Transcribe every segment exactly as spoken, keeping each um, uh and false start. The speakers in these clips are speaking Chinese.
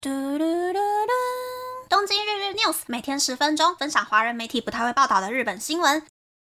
嘟嘟嘟嘟东京日日 News 每天十分钟，分享华人媒体不太会报道的日本新闻。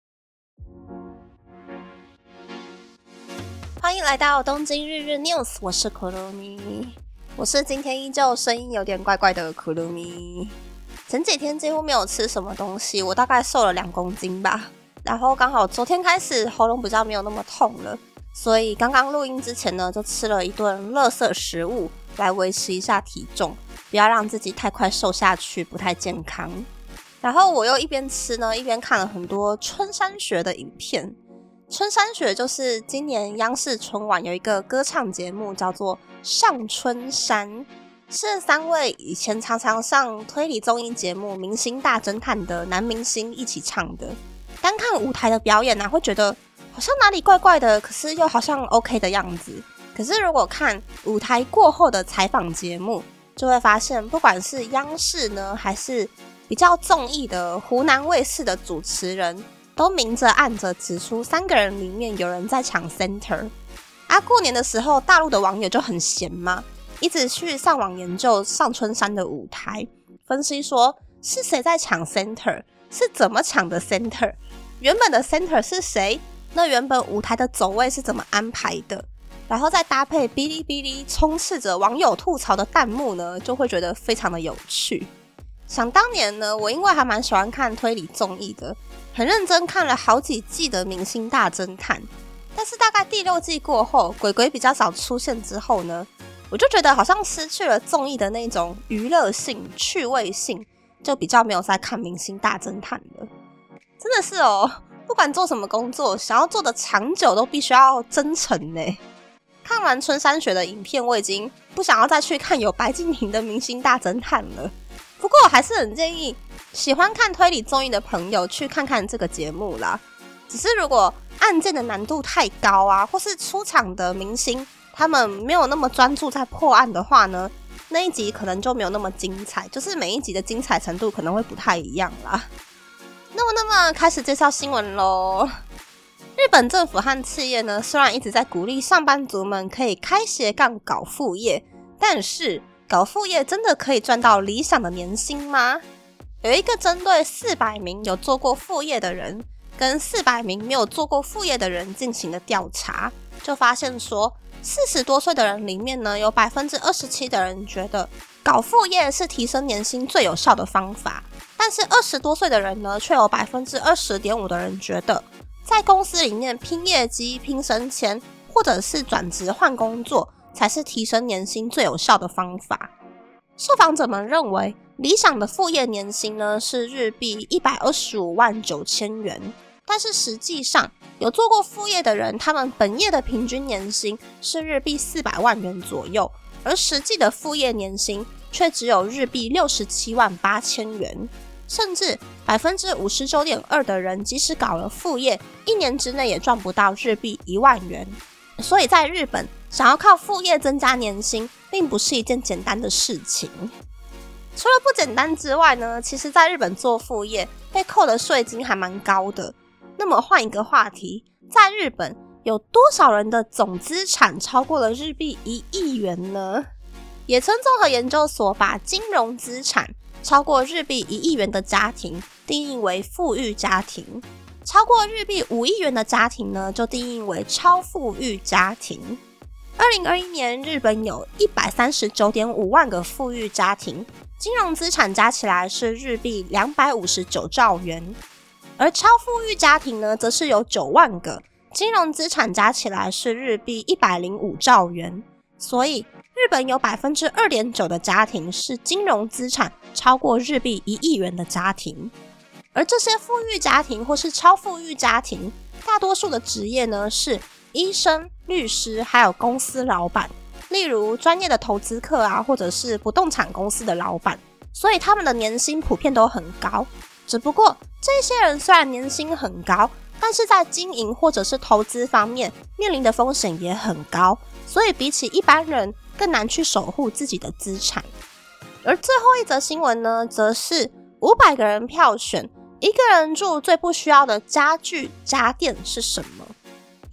欢迎来到东京日日 News， 我是库鲁米，我是今天依旧声音有点怪怪的库鲁米。前几天几乎没有吃什么东西，我大概瘦了两公斤吧。然后刚好昨天开始喉咙比较没有那么痛了，所以刚刚录音之前呢，就吃了一顿垃圾食物来维持一下体重，不要让自己太快瘦下去，不太健康。然后我又一边吃呢，一边看了很多春山学的影片。春山学就是今年央视春晚有一个歌唱节目叫做上春山，是三位以前常常上推理综艺节目《明星大侦探》的男明星一起唱的。单看舞台的表演啊，会觉得好像哪里怪怪的，可是又好像 OK 的样子。可是如果看舞台过后的采访节目，就会发现不管是央视呢，还是比较综艺的湖南卫视的主持人，都明着暗着指出三个人里面有人在抢 center。 啊，过年的时候大陆的网友就很闲嘛，一直去上网研究上春山的舞台，分析说是谁在抢 center， 是怎么抢的 center， 原本的 center 是谁，那原本舞台的走位是怎么安排的，然后再搭配哔哩哔哩充斥着网友吐槽的弹幕呢，就会觉得非常的有趣。想当年呢，我因为还蛮喜欢看推理综艺的，很认真看了好几季的《明星大侦探》，但是大概第六季过后，鬼鬼比较少出现之后呢，我就觉得好像失去了综艺的那种娱乐性、趣味性，就比较没有在看《明星大侦探》了。真的是哦，不管做什么工作，想要做的长久都必须要真诚呢。看完春山学的影片，我已经不想要再去看有白敬亭的《明星大侦探》了。不过我还是很建议喜欢看推理综艺的朋友去看看这个节目啦。只是如果案件的难度太高啊，或是出场的明星他们没有那么专注在破案的话呢，那一集可能就没有那么精彩，就是每一集的精彩程度可能会不太一样啦。那么那么开始介绍新闻咯。日本政府和企业呢，虽然一直在鼓励上班族们可以开斜杠搞副业，但是搞副业真的可以赚到理想的年薪吗？有一个针对四百名有做过副业的人跟四百名没有做过副业的人进行的调查，就发现说四十多岁的人里面呢，有 百分之二十七 的人觉得搞副业是提升年薪最有效的方法，但是二十多岁的人呢，却有 百分之二十点五 的人觉得在公司里面拼业绩、拼升迁，或者是转职换工作，才是提升年薪最有效的方法。受访者们认为，理想的副业年薪呢是日币一百二十五万九千元，但是实际上有做过副业的人，他们本业的平均年薪是日币四百万元左右，而实际的副业年薪却只有日币六十七万八千元。甚至 百分之五十九点二 的人即使搞了副业，一年之内也赚不到日币一万元。所以在日本，想要靠副业增加年薪并不是一件简单的事情。除了不简单之外呢，其实在日本做副业被扣的税金还蛮高的。那么换一个话题，在日本有多少人的总资产超过了日币一亿元呢？野村综合研究所把金融资产超过日币一亿元的家庭定义为富裕家庭，超过日币五亿元的家庭呢，就定义为超富裕家庭。二零二一年，日本有 一百三十九点五万个富裕家庭，金融资产加起来是日币两百五十九兆元。而超富裕家庭呢，则是有九万个，金融资产加起来是日币一百零五兆元。所以日本有 百分之二点九 的家庭是金融资产超过日币一亿元的家庭。而这些富裕家庭或是超富裕家庭，大多数的职业呢是医生、律师，还有公司老板，例如专业的投资客啊，或者是不动产公司的老板，所以他们的年薪普遍都很高。只不过这些人虽然年薪很高，但是在经营或者是投资方面面临的风险也很高，所以比起一般人更难去守护自己的资产。而最后一则新闻呢，则是五百个人票选一个人住最不需要的家具家电是什么？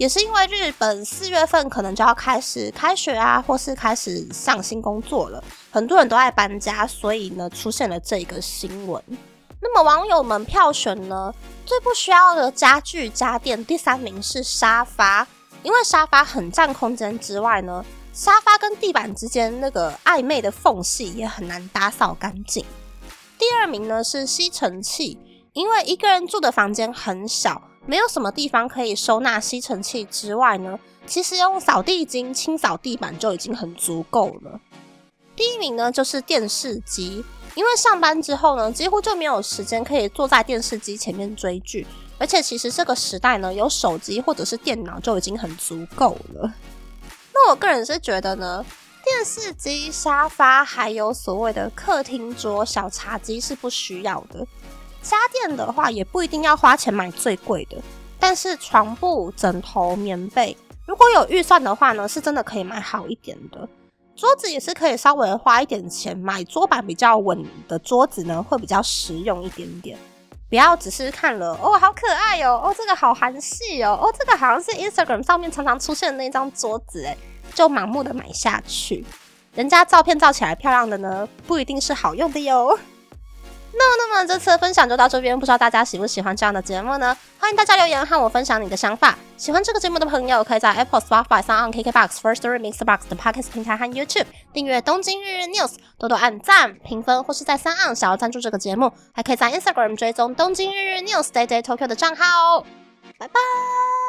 也是因为日本四月份可能就要开始开学啊，或是开始上新工作了，很多人都爱搬家，所以呢出现了这个新闻。那么网友们票选呢，最不需要的家具家电，第三名是沙发，因为沙发很占空间之外呢，沙发跟地板之间那个暧昧的缝隙也很难打扫干净。第二名呢是吸尘器，因为一个人住的房间很小，没有什么地方可以收纳吸尘器之外呢，其实用扫地巾清扫地板就已经很足够了。第一名呢就是电视机，因为上班之后呢，几乎就没有时间可以坐在电视机前面追剧，而且其实这个时代呢，有手机或者是电脑就已经很足够了。那我个人是觉得呢，电视机、沙发还有所谓的客厅桌、小茶几是不需要的。家电的话也不一定要花钱买最贵的，但是床铺、枕头、棉被，如果有预算的话呢，是真的可以买好一点的。桌子也是可以稍微花一点钱买桌板比较稳的桌子呢，会比较实用一点点。不要只是看了哦好可爱哦，哦这个好韩系哦，哦这个好像是 Instagram 上面常常出现的那张桌子诶，就盲目的买下去。人家照片照起来漂亮的呢，不一定是好用的哟。那那么这次的分享就到这边，不知道大家喜不喜欢这样的节目呢？欢迎大家留言和我分享你的想法。喜欢这个节目的朋友，可以在 Apple、Spotify、SoundOn、K K B O X、Firstory、Mixbox 等 Podcast 平台和 YouTube 订阅东京日日 News， 多多按赞、评分，或是在SoundOn想要赞助这个节目，还可以在 Instagram 追踪东京日日 News Day Day Tokyo 的账号哦。拜拜。